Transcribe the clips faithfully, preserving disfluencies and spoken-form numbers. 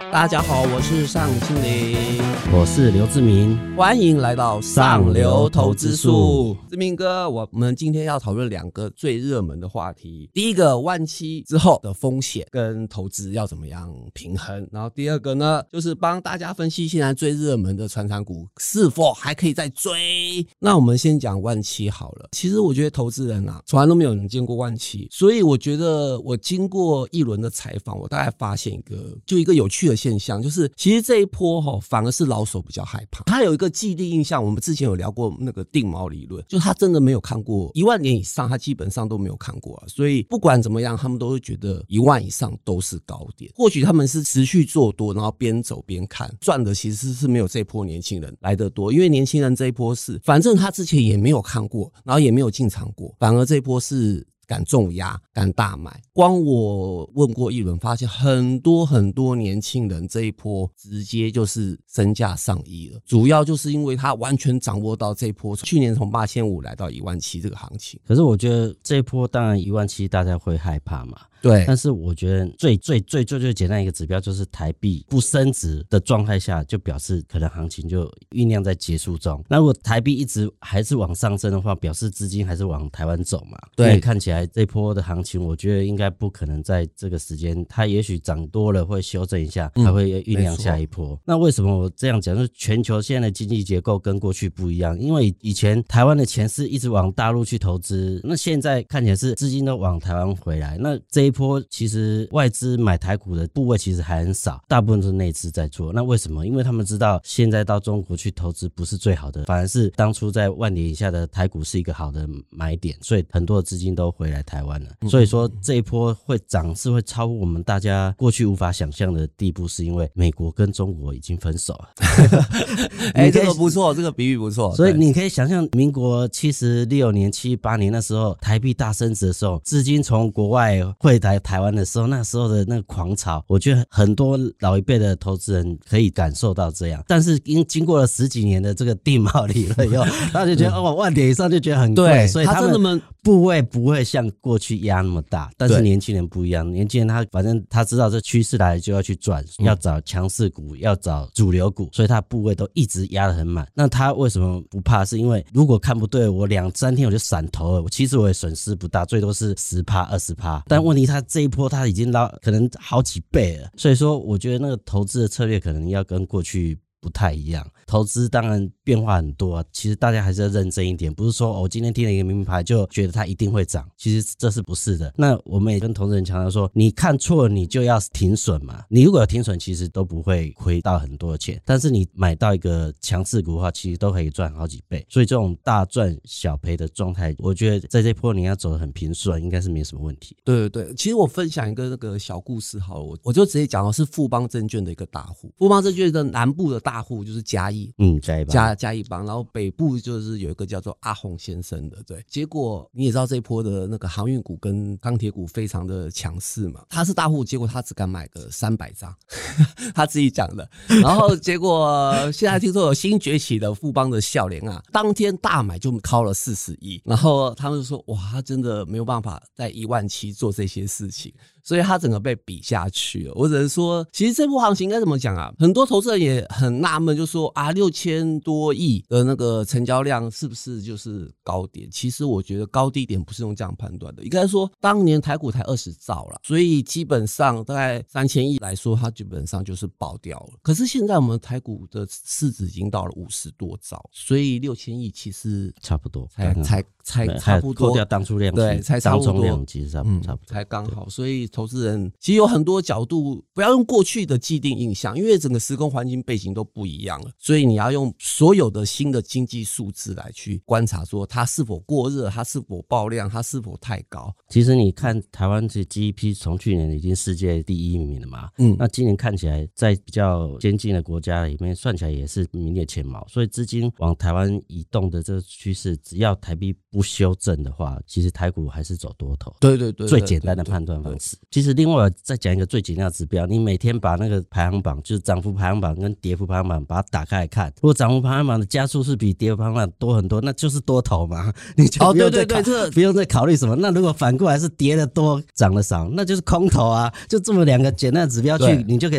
大家好，我是尚青林， 我是刘志明， 欢迎来到上流投资术。志明哥，我们今天要讨论两个最热门的话题，第一个万七之后的风险跟投资要怎么样平衡，然后第二个呢，就是帮大家分析现在最热门的传产股是否还可以再追。那我们先讲万七好了。其实我觉得投资人啊，从来都没有人见过万七，所以我觉得我经过一轮的采访，我大概发现一个就一个有趣的现象，就是其实这一波齁反而是老手比较害怕。他有一个既定印象，我们之前有聊过那个定锚理论，就是他真的没有看过一万点以上，他基本上都没有看过啊。所以不管怎么样，他们都会觉得一万以上都是高点。或许他们是持续做多，然后边走边看，赚的其实是没有这一波年轻人来得多，因为年轻人这一波是反正他之前也没有看过，然后也没有进场过，反而这一波是敢重压敢大买。光我问过一轮，发现很多很多年轻人这一波直接就是身价上亿了，主要就是因为他完全掌握到这一波去年从八千五来到一万七这个行情。 可是我觉得这一波当然一万七大家会害怕嘛， 对， 但是我觉得最最最最最简单一个指标就是台币不升值的状态下，就表示可能行情就酝酿在结束中。那如果台币一直还是往上升的话，表示资金还是往台湾走嘛。对，看起来这波的行情，我觉得应该不可能在这个时间，它也许涨多了会修正一下，它会酝酿下一波。嗯、那为什么我这样讲？就是全球现在的经济结构跟过去不一样，因为以前台湾的钱是一直往大陆去投资，那现在看起来是资金都往台湾回来。那这一波其实外资买台股的部位其实还很少，大部分都是内资在做。那为什么？因为他们知道现在到中国去投资不是最好的，反而是当初在万点以下的台股是一个好的买点，所以很多的资金都回来台湾了。所以说这一波会涨是会超乎我们大家过去无法想象的地步，是因为美国跟中国已经分手了。 哎、欸，这个不错，这个比喻不错。 所以你可以想象，民国七十六年、七八年那时候，台币大升值的时候，资金从国外汇来台湾的时候，那时候的那个狂潮，我觉得很多老一辈的投资人可以感受到这样。但是因经过了十几年的这个定锚理论以后，他就觉得哦，万点以上就觉得很贵，所以他们部位不会像过去压那么大。但是年轻人不一样，年轻人他反正他知道这趋势来就要去赚，要找强势股，要找主流股，所以他部位都一直压得很满。那他为什么不怕？是因为如果看不对，我两三天我就闪头了，其实我也损失不大，最多是 百分之十、百分之二十。但问题他这一波他已经捞可能好几倍了，所以说我觉得那个投资的策略可能要跟过去不太一样。投资当然变化很多啊，其实大家还是要认真一点，不是说我、哦、今天听了一个名牌就觉得它一定会涨，其实这是不是的。那我们也跟投资人强调说，你看错了你就要停损嘛，你如果有停损其实都不会亏到很多钱，但是你买到一个强势股的话，其实都可以赚好几倍。所以这种大赚小赔的状态，我觉得在这波你要走得很平顺，应该是没什么问题。 对对对，其实我分享一个那个小故事好了，我我就直接讲的是富邦证券的一个大户，富邦证券的南部的大户就是嘉义， 嗯，嘉义帮。 嘉嘉义帮，然后北部就是有一个叫做阿宏先生的，对。结果你也知道这一波的那个航运股跟钢铁股非常的强势嘛，他是大户，结果他只敢买个三百张，他自己讲的。然后结果现在听说有新崛起的富邦的孝联啊，当天大买就敲了四十亿，然后他们就说哇，他真的没有办法在一万七做这些事情。所以他整个被比下去了。我只能说，其实这波行情应该怎么讲啊？很多投资人也很纳闷，就说啊，六千多亿的那个成交量是不是就是高点？其实我觉得高低点不是用这样判断的。应该说，当年台股才二十兆了，所以基本上大概三千亿来说，它基本上就是爆掉了。可是现在我们台股的市值已经到了五十多兆，所以六千亿其实差不多， 才才才差不多， 扣掉当初量， 对，才差不多， 量其实差不多，嗯、差不多才刚好。所以投资人其实有很多角度，不要用过去的既定印象，因为整个时空环境背景都不一样了，所以你要用所有的新的经济数字来去观察，说它是否过热，它是否爆量，它是否太高。 其实你看台湾这 G D P 从去年已经世界第一名了嘛，嗯，那今年看起来在比较先进的国家里面算起来也是名列前茅，所以资金往台湾移动的这个趋势，只要台币不修正的话，其实台股还是走多头。 对对 对, 对, 对, 对， 最简单的判断方式。其实另外再讲一个最简单的指标，你每天把那个排行榜，就是涨幅排行榜跟跌幅排行榜，把它打开来看，如果涨幅排行榜的加速是比跌幅排行榜多很多，那就是多头嘛，你就不用再考、哦、对对对这个、不用再考虑什么。那如果反过来是跌的多涨的少，那就是空头啊。就这么两个简单的指标去，你就可以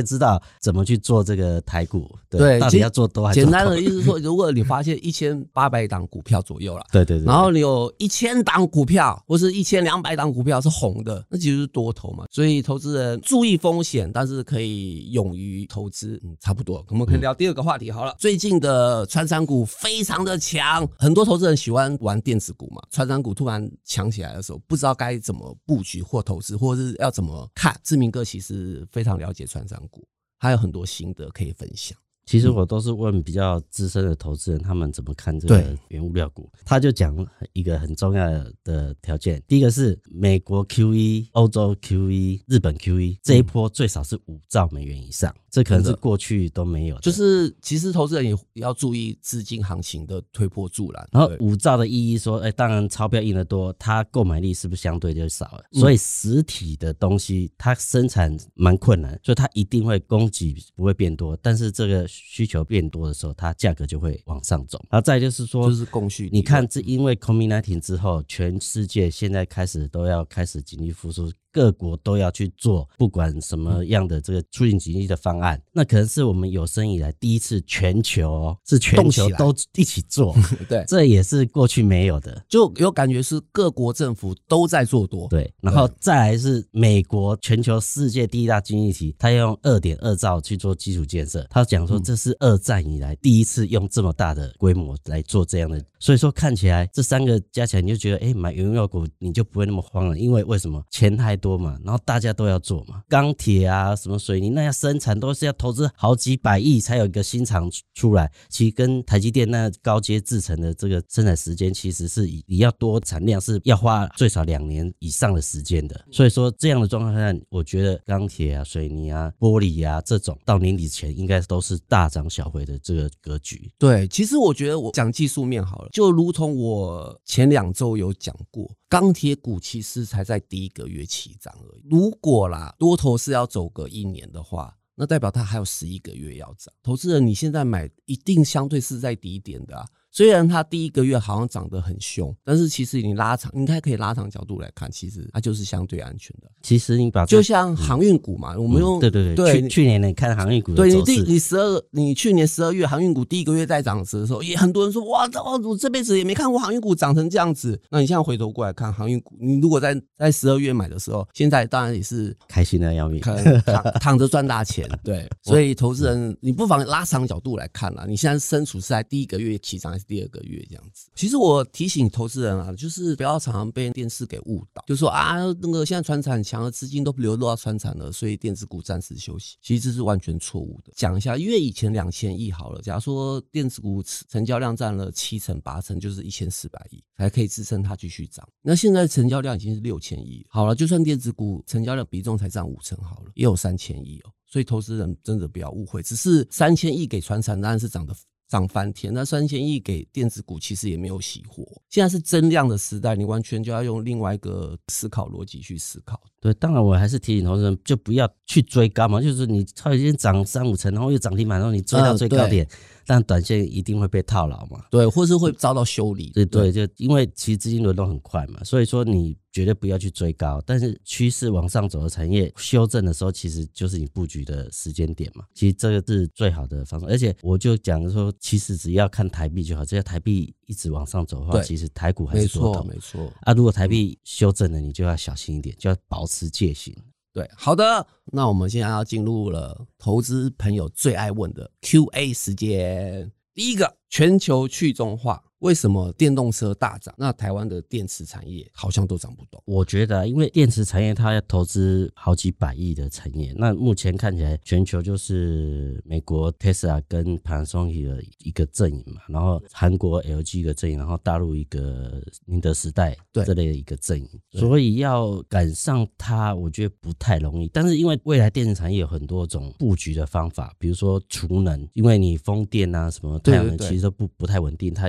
也知道怎么去做这个台股，对， 对， 到底要做多还是做简单的意思是说，如果你发现一千八百档股票左右了， 对对对， 然后你有一千档股票或是一千两百档股票是红的，那其实是多头嘛。所以投资人注意风险，但是可以勇于投资，嗯，差不多。我们可以聊第二个话题好了。嗯、最近的传产股非常的强，很多投资人喜欢玩电子股嘛，传产股突然强起来的时候，不知道该怎么布局或投资，或者是要怎么看。志明哥其实非常了解传产股，还有很多心得可以分享。 其实我都是问比较资深的投资人，他们怎么看这个原物料股。他就讲一个很重要的条件，第一个是美国 Q E、欧洲 Q E、日本 Q E 这一波最少是五兆美元以上，这可能是过去都没有的。 就是其实投资人也要注意资金行情的推波助澜。 然后五兆的意义说，哎，当然钞票印得多，它购买力是不是相对就少了？嗯、所以实体的东西它生产蛮困难，所以它一定会供给不会变多，但是这个需求变多的时候，它价格就会往上走。然后再就是说， 就是供需。 你看，这因为 COVID 十九 之后，全世界现在开始都要开始经济复苏。各国都要去做不管什么样的这个促进经济的方案，那可能是我们有生以来第一次全球、哦、是全球都一起做， 对， 这也是过去没有的， 就有感觉是各国政府都在做多。 对，然后再来是美国，全球世界第一大经济体，他要用 二点二兆去做基础建设，他讲说这是二战以来第一次用这么大的规模来做这样的，所以说看起来这三个加起来你就觉得，哎，买原物料股你就不会那么慌了，因为为什么？钱太多嘛，然后大家都要做嘛，钢铁啊什么水泥那要生产都是要投资好几百亿才有一个新厂出来，其实跟台积电那高阶制程的这个生产时间其实是你要多产量是要花最少两年以上的时间的，所以说这样的状况下，我觉得钢铁啊水泥啊玻璃啊这种到年底前应该都是大涨小回的这个格局。 对，其实我觉得我讲技术面好了，就如同我前两周有讲过，钢铁股其实才在第一个月起涨而已。如果啦多头是要走个一年的话，那代表它还有十一个月要涨。投资人你现在买一定相对是在低点的啊。虽然它第一个月好像涨得很凶，但是其实你拉长，应该可以拉长角度来看，其实它就是相对安全的。 其实你把就像航运股嘛，嗯、我们用、 嗯、对对对，对去去年你看航运股的走势， 对你你十二你去年十二月航运股第一个月在涨的时候，也很多人说哇，我这辈子也没看过航运股涨成这样子。那你现在回头过来看航运股，你如果在在十二月买的时候，现在当然也是开心的要命， 躺躺着赚大钱。对，所以投资人你不妨拉长角度来看啦，你现在身处是在第一个月起涨还是第二个月这样。其实我提醒投资人啊，就是不要常常被电视给误导，就说啊，那个现在传产强的资金都流入到传产了，所以电子股暂时休息。其实这是完全错误的。讲一下，因为以前两千亿好了，假如说电子股成交量占了七成八成，就是一千四百亿才可以支撑它继续涨。那现在成交量已经是六千亿，好了，就算电子股成交量比重才占五成好了，也有三千亿哦。所以投资人真的不要误会，只是三千亿给传产当然是涨得涨翻天，那三千亿给电子股其实也没有熄火。现在是增量的时代，你完全就要用另外一个思考逻辑去思考。 对，当然我还是提醒投资人，就不要去追高嘛，就是你超已经涨三五成，然后又涨停板，然后你追到最高点，呃、但短线一定会被套牢嘛。 对，或是会遭到修理。 对对，就因为其实资金轮动很快嘛，所以说你绝对不要去追高，但是趋势往上走的产业修正的时候，其实就是你布局的时间点嘛。其实这个是最好的方式，而且我就讲说，其实只要看台币就好，只要台币一直往上走的话，其实台股还是多头。 没错，没错。 啊，如果台币修正了，你就要小心一点，就要保持戒心。 对，好的，那我们现在要进入了投资朋友最爱问的 Q A 时间。第一个，全球去中化，为什么电动车大涨？那台湾的电池产业好像都涨不动。 我觉得因为电池产业它要投资好几百亿的产业，那目前看起来全球就是美国 Tesla 跟 Panasonic 的一个阵营嘛，然后韩国 L G 一个阵营，然后大陆一个宁德时代这类的一个阵营，所以要赶上它我觉得不太容易。但是因为未来电池产业有很多种布局的方法，比如说储能，因为你风电啊什么太阳能其实都不不太稳定，它一定要储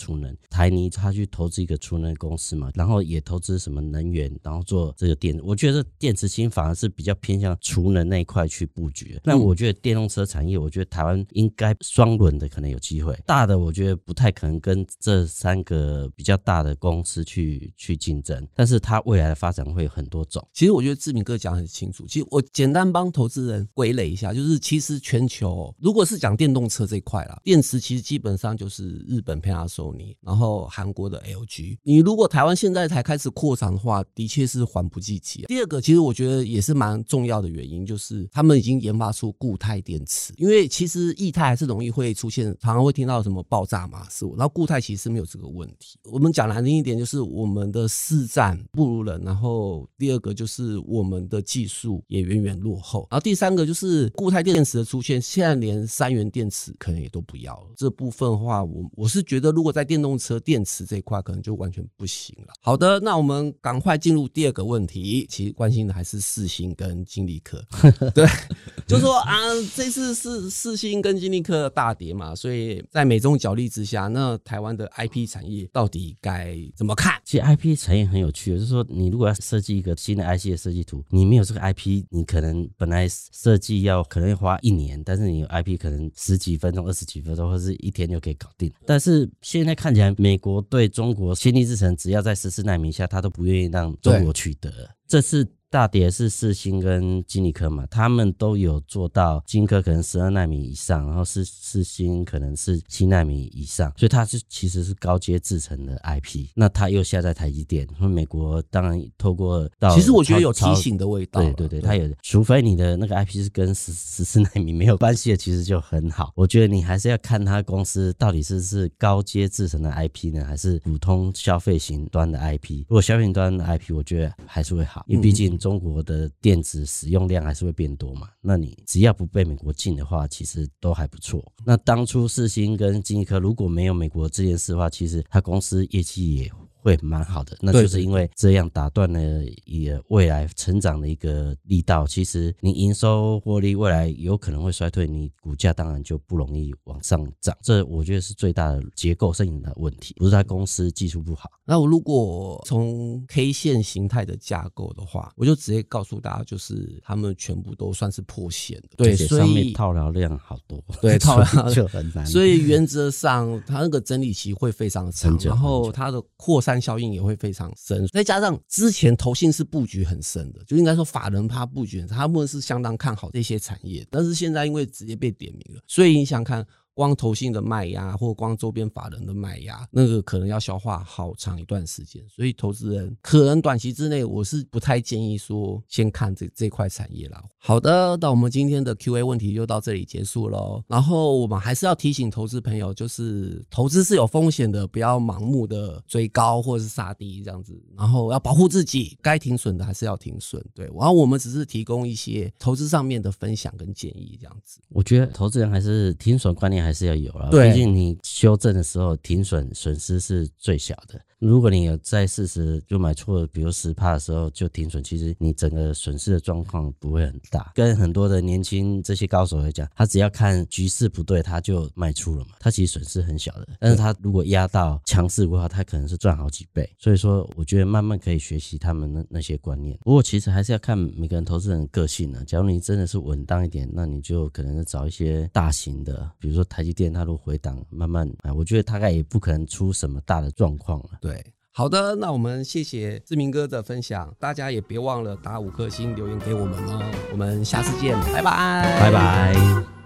储能，台泥他去投资一个储能公司嘛，然后也投资什么能源，然后做这个电，我觉得电池芯反而是比较偏向储能那一块去布局。那我觉得电动车产业，我觉得台湾应该双轮的可能有机会，大的我觉得不太可能跟这三个比较大的公司去去竞争，但是它未来的发展会有很多种。 其实我觉得志明哥讲得很清楚，其实我简单帮投资人归类一下，就是其实全球如果是讲电动车这一块啦，电池其实基本上就是日本 Panasonic， 然后韩国的 L G， 你如果台湾现在才开始扩厂的话，的确是缓不济急。第二个其实我觉得也是蛮重要的原因，就是他们已经研发出固态电池，因为其实液态还是容易会出现，常常会听到什么爆炸嘛事，然后固态其实没有这个问题。我们讲难听一点，就是我们的市占不如人，然后第二个就是我们的技术也远远落后，然后第三个就是固态电池的出现，现在连三元电池可能也都不要了。这部分的话，我我是觉得如果在电动车电池这一块可能就完全不行了。好的，那我们赶快进入第二个问题，其实关心的还是世芯跟金立科。对，就说啊，这次是世芯跟金立科大跌嘛，所以在美中角力之下，那台湾的 I P 产业到底该怎么看？ 其实 I P 产业很有趣的，就是说你如果要设计一个新的 I C 的设计图，你没有这个 I P， 你可能本来设计要可能要花一年，但是你有 I P 可能十几分钟、二十几分钟，或是一天就可以搞定。但是现在看起来，美国对中国先进制程只要在十四奈米下，他都不愿意让中国取得。这次大跌是世芯跟金立科嘛，他们都有做到，金科可能十二奈米以上，然后是世芯可能是七奈米以上，所以它是其实是高阶制程的 I P。那它又下在台积电，因为美国当然透过到， 其实我觉得有提醒的味道。 对对对，它有，除非你的那个 I P 是跟十四奈米没有关系的，其实就很好。我觉得你还是要看它公司到底是是高阶制程的 I P 呢，还是普通消费型端的 I P。如果消费型端的 I P， 我觉得还是会好，因为毕竟中国的电子使用量还是会变多嘛，那你只要不被美国禁的话，其实都还不错。那当初世芯跟金立科如果没有美国这件事的话，其实他公司业绩也会蛮好的，那就是因为这样打断了也未来成长的一个力道。其实你营收获利未来有可能会衰退，你股价当然就不容易往上涨，这我觉得是最大的结构性的问题，不是他公司技术不好。 那我如果从 K 线形态的架构的话，我就直接告诉大家，就是他们全部都算是破线的，对，所以上面套牢量好多， 对，套牢就很难。 所以原则上，它那个整理期会非常长，然后它的扩散效应也会非常深，再加上之前投信是布局很深的，就应该说法人他布局很深，他们是相当看好这些产业，但是现在因为直接被点名了，所以你想看。光投信的卖压或光周边法人的卖压，那个可能要消化好长一段时间，所以投资人可能短期之内我是不太建议说先看这这块产业啦。好的，那我们今天的 Q A 问题就到这里结束咯，然后我们还是要提醒投资朋友，就是投资是有风险的，不要盲目的追高或者是杀低这样子，然后要保护自己，该停损的还是要停损。对，然后我们只是提供一些投资上面的分享跟建议这样子。 我觉得投资人还是停损观念还是要有啦， 对， 毕竟你修正的时候停损损失是最小的。如果你有在四十就买错了，比如 百分之十 的时候就停损，其实你整个损失的状况不会很大。跟很多的年轻这些高手来讲，他只要看局势不对他就卖出了嘛，他其实损失很小的。但是他如果压到强势的话，他可能是赚好几倍。所以说我觉得慢慢可以学习他们那那些观念。不过其实还是要看每个人投资人的个性呢。假如你真的是稳当一点，那你就可能是找一些大型的，比如说台积电，它如果回档慢慢买，我觉得大概也不可能出什么大的状况了。 对，好的，那我们谢谢志明哥的分享，大家也别忘了打五颗星留言给我们哦，我们下次见，拜拜， 拜拜。